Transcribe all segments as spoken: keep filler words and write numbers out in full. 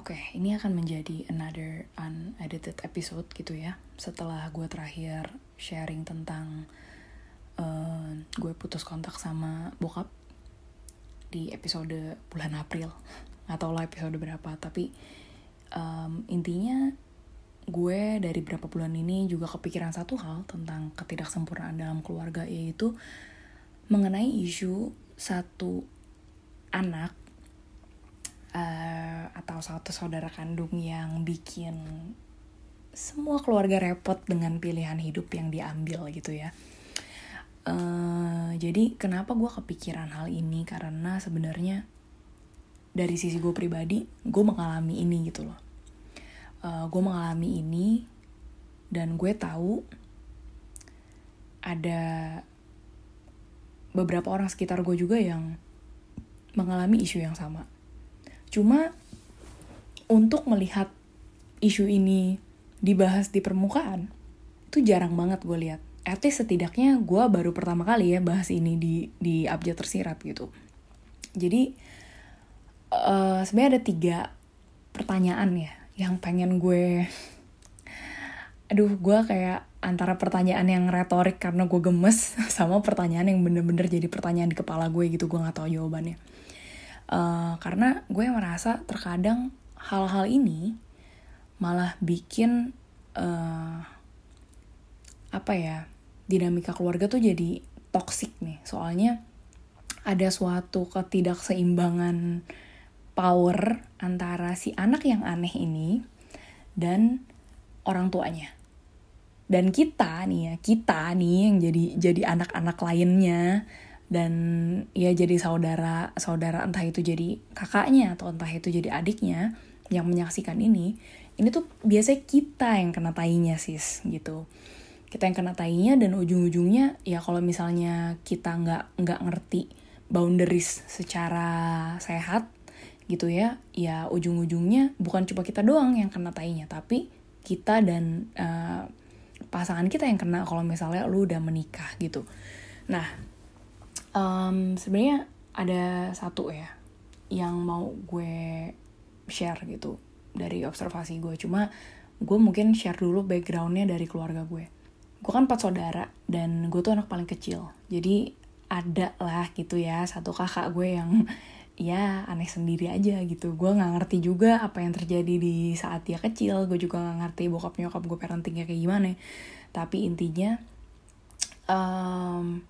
Oke, ini akan menjadi another unedited episode gitu ya. Setelah gue terakhir sharing tentang uh, gue putus kontak sama bokap di episode bulan April. Gak tau lah episode berapa, tapi um, intinya gue dari berapa bulan ini juga kepikiran satu hal tentang ketidaksempurnaan dalam keluarga, yaitu mengenai isu satu anak uh, atau satu saudara kandung yang bikin semua keluarga repot dengan pilihan hidup yang diambil gitu ya. Uh, jadi kenapa gue kepikiran hal ini, karena sebenarnya dari sisi gue pribadi gue mengalami ini gitu loh. Uh, gue mengalami ini dan gue tahu ada beberapa orang sekitar gue juga yang mengalami isu yang sama. Cuma untuk melihat isu ini dibahas di permukaan itu jarang banget gue lihat. At least setidaknya gue baru pertama kali ya bahas ini di di Abjad Tersirat gitu. Jadi uh, sebenarnya ada tiga pertanyaan ya yang pengen gue, aduh gue kayak antara pertanyaan yang retorik karena gue gemes sama pertanyaan yang bener-bener jadi pertanyaan di kepala gue gitu, gue nggak tahu jawabannya. Uh, karena gue merasa terkadang hal-hal ini malah bikin uh, apa ya, dinamika keluarga tuh jadi toksik nih. Soalnya ada suatu ketidakseimbangan power antara si anak yang aneh ini dan orang tuanya. Dan kita nih ya, kita nih yang jadi jadi anak-anak lainnya dan ya jadi saudara saudara entah itu jadi kakaknya atau entah itu jadi adiknya yang menyaksikan ini, ini tuh biasanya kita yang kena tainya sis gitu. Kita yang kena tainya dan ujung-ujungnya ya kalau misalnya kita nggak nggak ngerti boundaries secara sehat gitu ya, ya ujung-ujungnya bukan cuma kita doang yang kena tainya, tapi kita dan uh, pasangan kita yang kena kalau misalnya lu udah menikah gitu. Nah, um, sebenarnya ada satu ya yang mau gue share gitu dari observasi gue. Cuma gue mungkin share dulu backgroundnya dari keluarga gue. Gue kan empat saudara dan gue tuh anak paling kecil. Jadi ada lah gitu ya satu kakak gue yang ya aneh sendiri aja gitu. Gue gak ngerti juga apa yang terjadi di saat dia kecil. Gue juga gak ngerti bokap nyokap gue parentingnya kayak gimana. Tapi intinya um,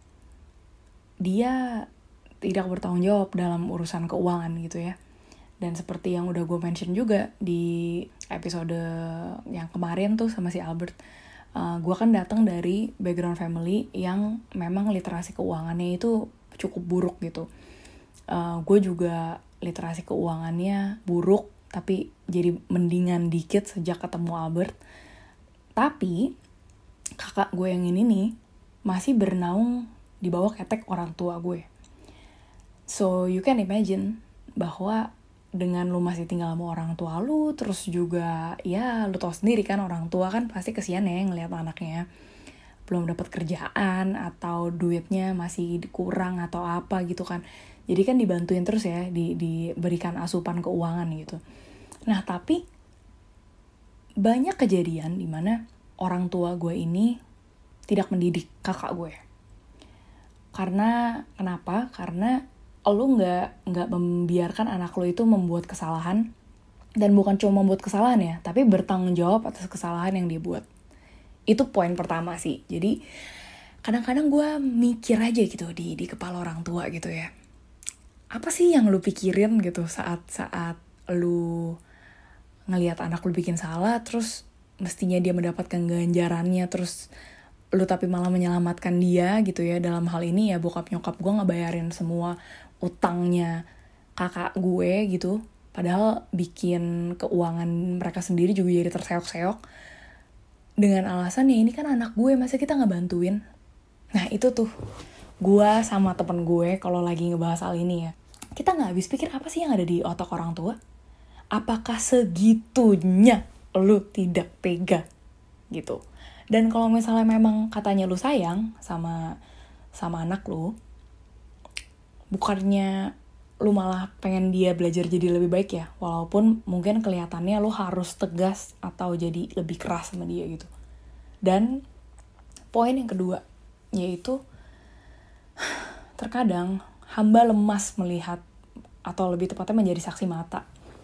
dia tidak bertanggung jawab dalam urusan keuangan gitu ya. Dan seperti yang udah gue mention juga di episode yang kemarin tuh sama si Albert, uh, gue kan datang dari background family yang memang literasi keuangannya itu cukup buruk gitu. Uh, gue juga literasi keuangannya buruk, tapi jadi mendingan dikit sejak ketemu Albert. Tapi kakak gue yang ini nih masih bernaung di bawah ketek orang tua gue. So you can imagine bahwa dengan lu masih tinggal sama orang tua lu, terus juga ya lu tau sendiri kan orang tua kan pasti kesian ya ngeliat anaknya belum dapat kerjaan atau duitnya masih kurang atau apa gitu kan. Jadi kan dibantuin terus ya, di, diberikan asupan keuangan gitu. Nah tapi banyak kejadian di mana orang tua gue ini tidak mendidik kakak gue. Karena kenapa? Karena lu nggak nggak membiarkan anak lu itu membuat kesalahan, dan bukan cuma membuat kesalahan ya, tapi bertanggung jawab atas kesalahan yang dia buat. Itu poin pertama sih. Jadi kadang-kadang gue mikir aja gitu di di kepala orang tua gitu ya. Apa sih yang lu pikirin gitu saat-saat lu ngelihat anak lu bikin salah, terus mestinya dia mendapatkan ganjarannya, terus lu tapi malah menyelamatkan dia gitu ya. Dalam hal ini ya bokap nyokap gue ngebayarin semua utangnya kakak gue gitu, padahal bikin keuangan mereka sendiri juga jadi terseok-seok dengan alasan ya ini kan anak gue, masa kita nggak bantuin. Nah itu tuh gue sama temen gue kalau lagi ngebahas hal ini ya, kita nggak habis pikir apa sih yang ada di otak orang tua. Apakah segitunya lu tidak tega gitu. Dan kalau misalnya memang katanya lu sayang sama sama anak lu, bukannya lu malah pengen dia belajar jadi lebih baik ya, walaupun mungkin kelihatannya lu harus tegas atau jadi lebih keras sama dia gitu. Dan poin yang kedua yaitu terkadang hamba lemas melihat, atau lebih tepatnya menjadi saksi mata,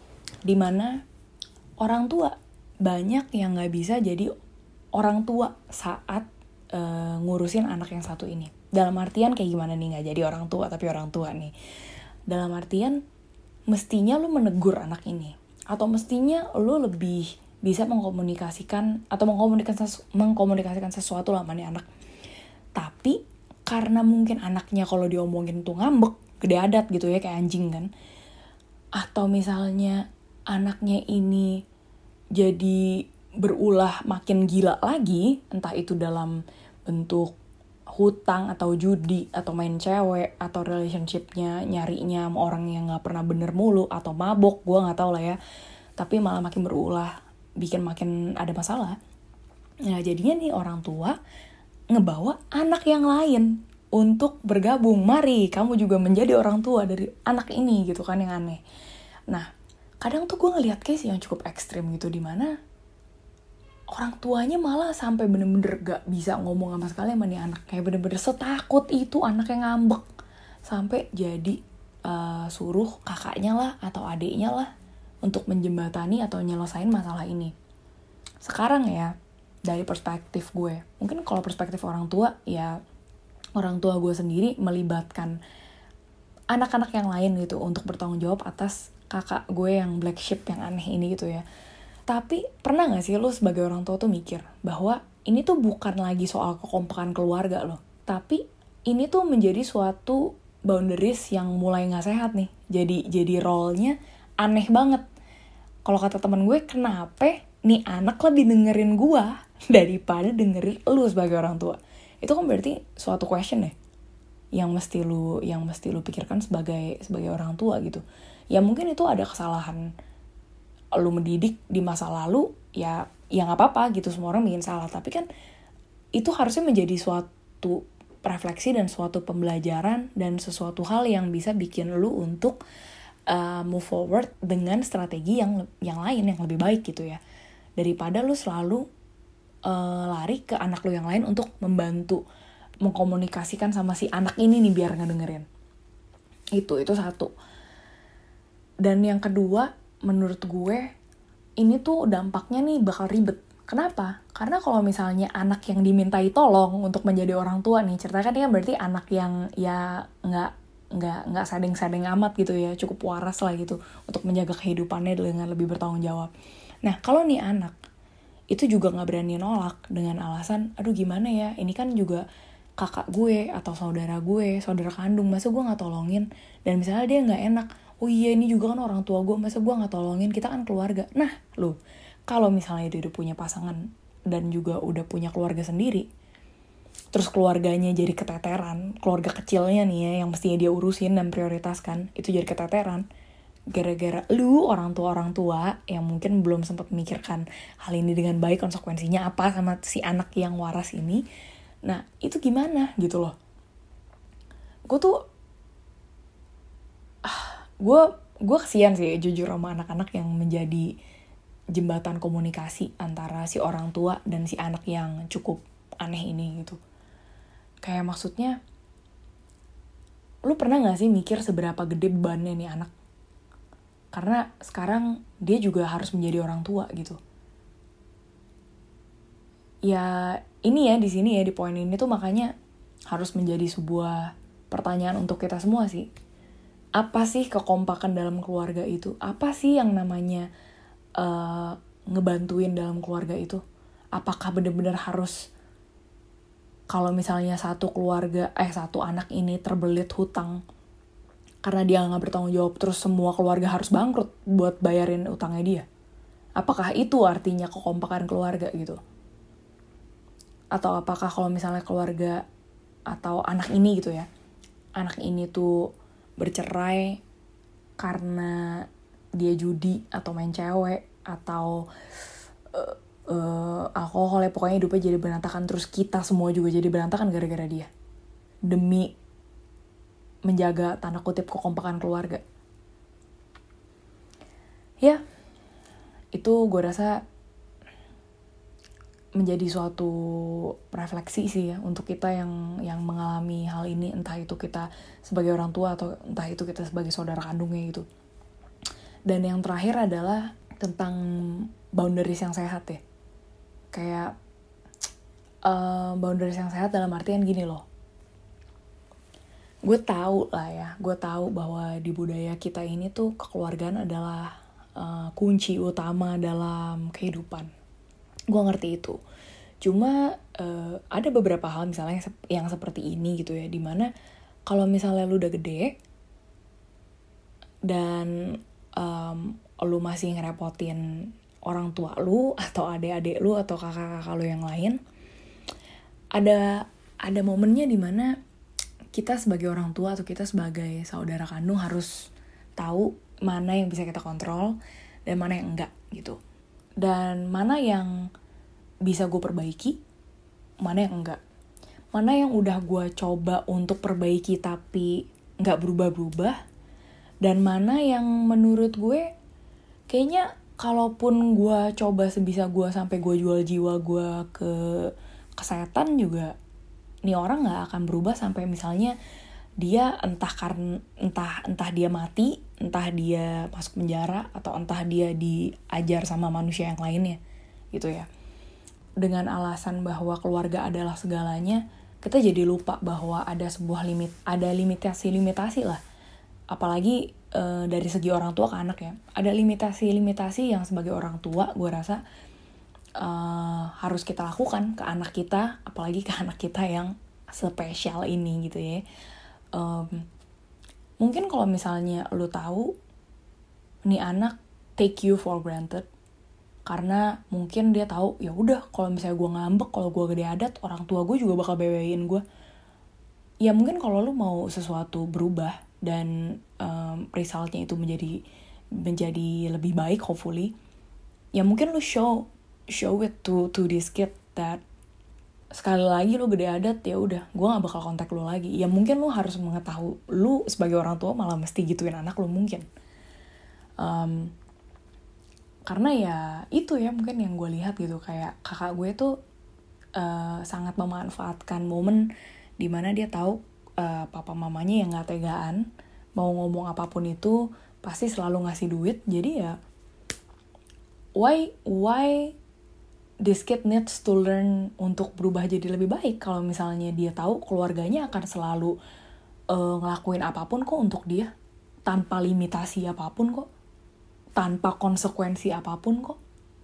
dimana orang tua banyak yang gak bisa jadi orang tua saat uh, ngurusin anak yang satu ini. Dalam artian kayak gimana nih, gak jadi orang tua tapi orang tua nih. Dalam artian mestinya lu menegur anak ini, atau mestinya lu lebih bisa mengkomunikasikan atau mengkomunikasikan, sesu- mengkomunikasikan sesuatu lah sama nih anak. Tapi karena mungkin anaknya kalau diomongin tuh ngambek, gede adat gitu ya, kayak anjing kan. Atau misalnya anaknya ini jadi berulah makin gila lagi, entah itu dalam bentuk hutang atau judi atau main cewek atau relationshipnya nyarinya sama orang yang nggak pernah bener mulu atau mabok, gue nggak tahu lah ya. Tapi malah makin berulah, bikin makin ada masalah. Nah jadinya nih orang tua ngebawa anak yang lain untuk bergabung. Mari kamu juga menjadi orang tua dari anak ini gitu kan, yang aneh. Nah kadang tuh gue ngeliat case yang cukup ekstrim gitu, dimana orang tuanya malah sampai bener-bener gak bisa ngomong sama sekali sama nih anak. Kayak bener-bener setakut itu anak yang ngambek. Sampai jadi uh, suruh kakaknya lah atau adiknya lah untuk menjembatani atau nyelesain masalah ini. Sekarang ya, dari perspektif gue, mungkin kalau perspektif orang tua, ya orang tua gue sendiri melibatkan anak-anak yang lain gitu untuk bertanggung jawab atas kakak gue yang black sheep yang aneh ini gitu ya. Tapi pernah gak sih lu sebagai orang tua tuh mikir bahwa ini tuh bukan lagi soal kekompakan keluarga loh, tapi ini tuh menjadi suatu boundaries yang mulai gak sehat nih. Jadi jadi role-nya aneh banget. Kalau kata temen gue, kenapa nih anak lebih dengerin gue daripada dengerin lu sebagai orang tua? Itu kan berarti suatu question ya, yang mesti lu yang mesti lu pikirkan sebagai sebagai orang tua gitu. Ya mungkin itu ada kesalahan lu mendidik di masa lalu, ya ya nggak apa-apa gitu, semua orang bikin salah. Tapi kan itu harusnya menjadi suatu refleksi dan suatu pembelajaran dan sesuatu hal yang bisa bikin lu untuk uh, move forward dengan strategi yang yang lain yang lebih baik gitu ya, daripada lu selalu uh, lari ke anak lu yang lain untuk membantu mengkomunikasikan sama si anak ini nih biar ngedengerin. Itu itu satu. Dan yang kedua, menurut gue ini tuh dampaknya nih bakal ribet. Kenapa? Karena kalau misalnya anak yang dimintai tolong untuk menjadi orang tua nih, ceritakan kan berarti anak yang ya nggak nggak nggak sadeng-sadeng amat gitu ya, cukup waras lah gitu untuk menjaga kehidupannya dengan lebih bertanggung jawab. Nah kalau nih anak itu juga nggak berani nolak dengan alasan, aduh gimana ya, ini kan juga kakak gue atau saudara gue, saudara kandung, masa gue nggak tolongin? Dan misalnya dia nggak enak, oh iya ini juga kan orang tua gue, masa gue gak tolongin, kita kan keluarga. Nah lu, kalau misalnya dia udah punya pasangan dan juga udah punya keluarga sendiri, terus keluarganya jadi keteteran, keluarga kecilnya nih ya yang mestinya dia urusin dan prioritaskan, itu jadi keteteran gara-gara lu orang tua-orang tua yang mungkin belum sempat memikirkan hal ini dengan baik, konsekuensinya apa sama si anak yang waras ini. Nah itu gimana gitu loh. Gue tuh gue gue kesian sih jujur sama anak-anak yang menjadi jembatan komunikasi antara si orang tua dan si anak yang cukup aneh ini gitu. Kayak maksudnya, lu pernah gak sih mikir seberapa gede bebannya nih anak? Karena sekarang dia juga harus menjadi orang tua gitu. Ya ini ya di sini ya di poin ini tuh makanya harus menjadi sebuah pertanyaan untuk kita semua sih. Apa sih kekompakan dalam keluarga itu? Apa sih yang namanya uh, ngebantuin dalam keluarga itu? Apakah benar-benar harus kalau misalnya satu keluarga, eh satu anak ini terbelit hutang karena dia nggak bertanggung jawab, terus semua keluarga harus bangkrut buat bayarin utangnya dia? Apakah itu artinya kekompakan keluarga gitu? Atau apakah kalau misalnya keluarga atau anak ini gitu ya, anak ini tuh bercerai karena dia judi atau main cewek atau uh, uh, alkohol ya, pokoknya hidupnya jadi berantakan, terus kita semua juga jadi berantakan gara-gara dia, demi menjaga tanda kutip kekompakan keluarga. Ya, itu gue rasa menjadi suatu refleksi sih ya untuk kita yang yang mengalami hal ini, entah itu kita sebagai orang tua atau entah itu kita sebagai saudara kandungnya gitu. Dan yang terakhir adalah tentang boundaries yang sehat ya. Kayak uh, boundaries yang sehat dalam artian gini loh. Gue tahu lah ya, gue tahu bahwa di budaya kita ini tuh kekeluargaan adalah uh, kunci utama dalam kehidupan. Gue ngerti itu. Cuma uh, ada beberapa hal misalnya yang, sep- yang seperti ini gitu ya, dimana kalau misalnya lu udah gede dan um, lu masih ngerepotin orang tua lu atau adik-adik lu atau kakak-kakak lu yang lain, ada ada momennya dimana kita sebagai orang tua atau kita sebagai saudara kandung harus tahu mana yang bisa kita kontrol dan mana yang enggak gitu. Dan mana yang bisa gue perbaiki, mana yang enggak. Mana yang udah gue coba untuk perbaiki tapi gak berubah-berubah. Dan mana yang menurut gue kayaknya kalaupun gue coba sebisa gue sampai gue jual jiwa gue ke kesehatan juga, nih orang gak akan berubah sampai misalnya dia entah karena entah entah dia mati, entah dia masuk penjara, atau entah dia diajar sama manusia yang lainnya gitu ya. Dengan alasan bahwa keluarga adalah segalanya, kita jadi lupa bahwa ada sebuah limit, ada limitasi-limitasi lah. Apalagi e, dari segi orang tua ke anak ya, ada limitasi-limitasi yang sebagai orang tua gue rasa e, harus kita lakukan ke anak kita, apalagi ke anak kita yang spesial ini gitu ya. Um, mungkin kalau misalnya lu tahu nih anak take you for granted karena mungkin dia tahu ya udah kalau misalnya gue ngambek, kalau gue gede adat, orang tua gue juga bakal bebein gue. Ya mungkin kalau lu mau sesuatu berubah dan um, resultnya itu menjadi menjadi lebih baik hopefully, ya mungkin lu show show it to to this kid that sekali lagi lu gede adat, ya udah gue gak bakal kontak lu lagi. Ya mungkin lu harus mengetahui, lu sebagai orang tua malah mesti gituin anak lu mungkin. Um, karena ya itu ya mungkin yang gue lihat gitu, kayak kakak gue tuh uh, sangat memanfaatkan momen dimana dia tahu uh, papa mamanya yang gak tegaan, mau ngomong apapun itu pasti selalu ngasih duit. Jadi ya why why this kid needs to learn untuk berubah jadi lebih baik kalau misalnya dia tahu keluarganya akan selalu uh, ngelakuin apapun kok untuk dia, tanpa limitasi apapun kok, tanpa konsekuensi apapun kok.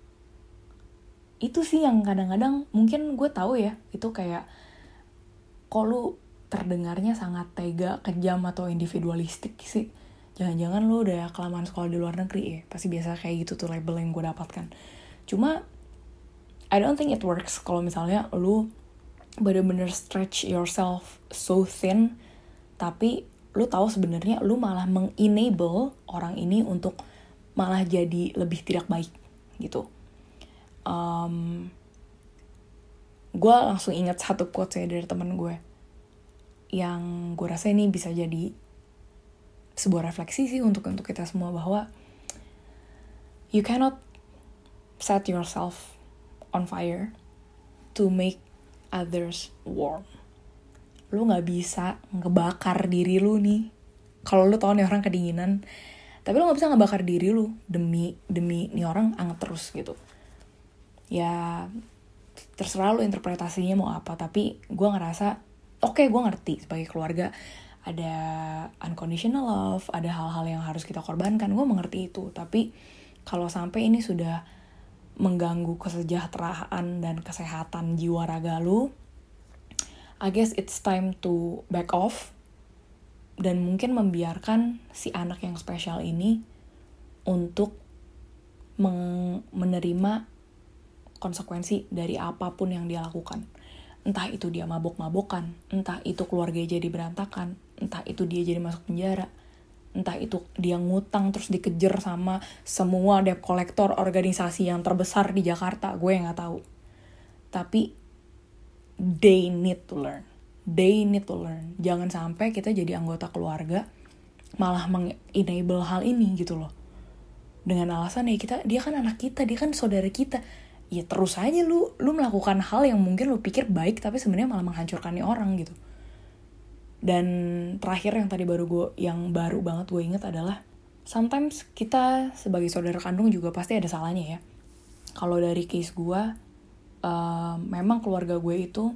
Itu sih yang kadang-kadang mungkin gue tahu ya, itu kayak kok lu terdengarnya sangat tega, kejam atau individualistik sih. Jangan-jangan lu udah kelamaan sekolah di luar negeri ya, pasti biasa kayak gitu tuh label yang gue dapatkan. Cuma I don't think it works kalau misalnya lu bener-bener stretch yourself so thin, tapi lu tahu sebenarnya lu malah mengenable orang ini untuk malah jadi lebih tidak baik gitu. Um, gue langsung ingat satu quote saya dari teman gue yang gue rasa ini bisa jadi sebuah refleksi sih untuk untuk kita semua, bahwa you cannot set yourself on fire to make others warm. Lu gak bisa ngebakar diri lu nih. Kalau lu tau nih orang kedinginan, tapi lu gak bisa ngebakar diri lu demi demi nih orang anget terus gitu. Ya terserah lu interpretasinya mau apa, tapi gue ngerasa oke, okay, gue ngerti sebagai keluarga ada unconditional love, ada hal-hal yang harus kita korbankan, gue mengerti itu. Tapi kalau sampai ini sudah mengganggu kesejahteraan dan kesehatan jiwa raga lu, I guess it's time to back off dan mungkin membiarkan si anak yang spesial ini untuk meng- menerima konsekuensi dari apapun yang dia lakukan. Entah itu dia mabok-mabokan, entah itu keluarganya jadi berantakan, entah itu dia jadi masuk penjara, entah itu dia ngutang terus dikejar sama semua debt collector organisasi yang terbesar di Jakarta, gue nggak tahu. Tapi they need to learn, they need to learn. Jangan sampai kita jadi anggota keluarga malah mengenable hal ini gitu loh. Dengan alasan ya kita, dia kan anak kita, dia kan saudara kita. Ya terus aja lu lu melakukan hal yang mungkin lu pikir baik tapi sebenarnya malah menghancurkan nih orang gitu. Dan terakhir yang tadi baru gue, yang baru banget gue inget adalah sometimes kita sebagai saudara kandung juga pasti ada salahnya ya. Kalau dari case gue, uh, memang keluarga gue itu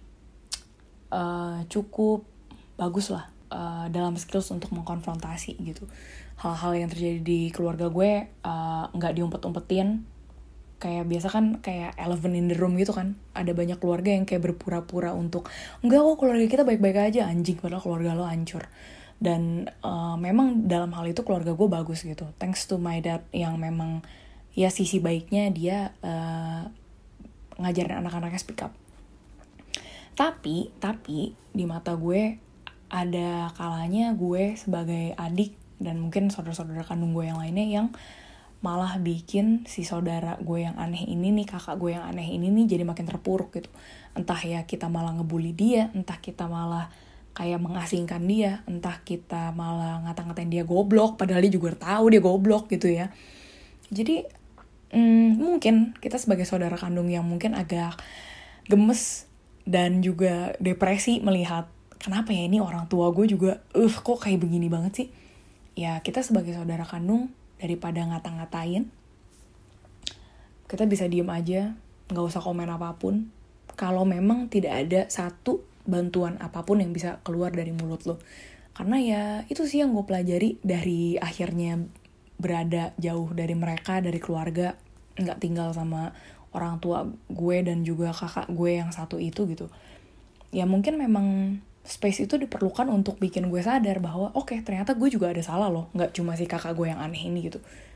uh, cukup bagus lah uh, dalam skills untuk mengkonfrontasi gitu. Hal-hal yang terjadi di keluarga gue uh, nggak diumpet-umpetin. Kayak biasa kan kayak elephant in the room gitu kan. Ada banyak keluarga yang kayak berpura-pura untuk enggak kok keluarga kita baik-baik aja, anjing, padahal keluarga lo hancur. Dan uh, memang dalam hal itu keluarga gue bagus gitu. Thanks to my dad yang memang ya sisi baiknya dia uh, ngajarin anak-anaknya speak up. Tapi, tapi di mata gue ada kalanya gue sebagai adik dan mungkin saudara-saudara kandung gue yang lainnya yang malah bikin si saudara gue yang aneh ini nih, kakak gue yang aneh ini nih jadi makin terpuruk gitu. Entah ya kita malah ngebully dia, entah kita malah kayak mengasingkan dia, entah kita malah ngata-ngatain dia goblok, padahal dia juga tahu dia goblok gitu ya. Jadi hmm, mungkin kita sebagai saudara kandung yang mungkin agak gemes dan juga depresi melihat kenapa ya ini orang tua gue juga uh kok kayak begini banget sih. Ya kita sebagai saudara kandung daripada ngata-ngatain, kita bisa diem aja, gak usah komen apapun. Kalau memang tidak ada satu bantuan apapun yang bisa keluar dari mulut lo. Karena ya itu sih yang gue pelajari dari akhirnya berada jauh dari mereka, dari keluarga, gak tinggal sama orang tua gue dan juga kakak gue yang satu itu gitu. Ya mungkin memang space itu diperlukan untuk bikin gue sadar bahwa oke, okay, ternyata gue juga ada salah loh, nggak cuma si kakak gue yang aneh ini gitu.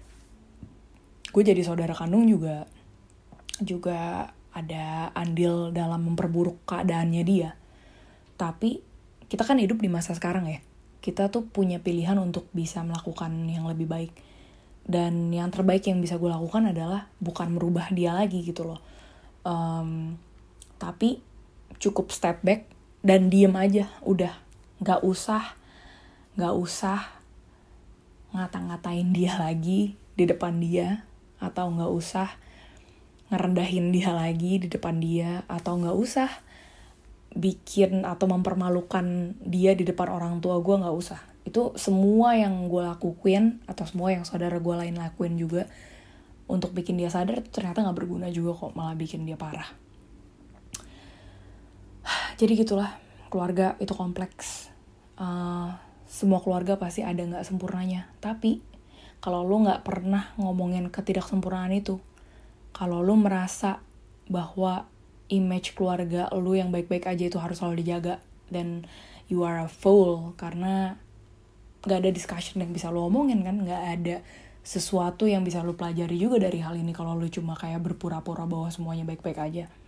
Gue jadi saudara kandung juga juga ada andil dalam memperburuk keadaannya dia. Tapi kita kan hidup di masa sekarang ya, kita tuh punya pilihan untuk bisa melakukan yang lebih baik. Dan yang terbaik yang bisa gue lakukan adalah bukan merubah dia lagi gitu loh, um, tapi cukup step back dan diem aja, udah nggak usah nggak usah ngata-ngatain dia lagi di depan dia, atau nggak usah ngerendahin dia lagi di depan dia, atau nggak usah bikin atau mempermalukan dia di depan orang tua gue, nggak usah. Itu semua yang gue lakuin atau semua yang saudara gue lain lakuin juga untuk bikin dia sadar itu ternyata nggak berguna juga kok, malah bikin dia parah. Jadi gitulah, keluarga itu kompleks. Uh, semua keluarga pasti ada nggak sempurnanya. Tapi kalau lo nggak pernah ngomongin ketidaksempurnaan itu, kalau lo merasa bahwa image keluarga lo yang baik-baik aja itu harus selalu dijaga, dan you are a fool karena nggak ada discussion yang bisa lo omongin kan, nggak ada sesuatu yang bisa lo pelajari juga dari hal ini kalau lo cuma kayak berpura-pura bahwa semuanya baik-baik aja.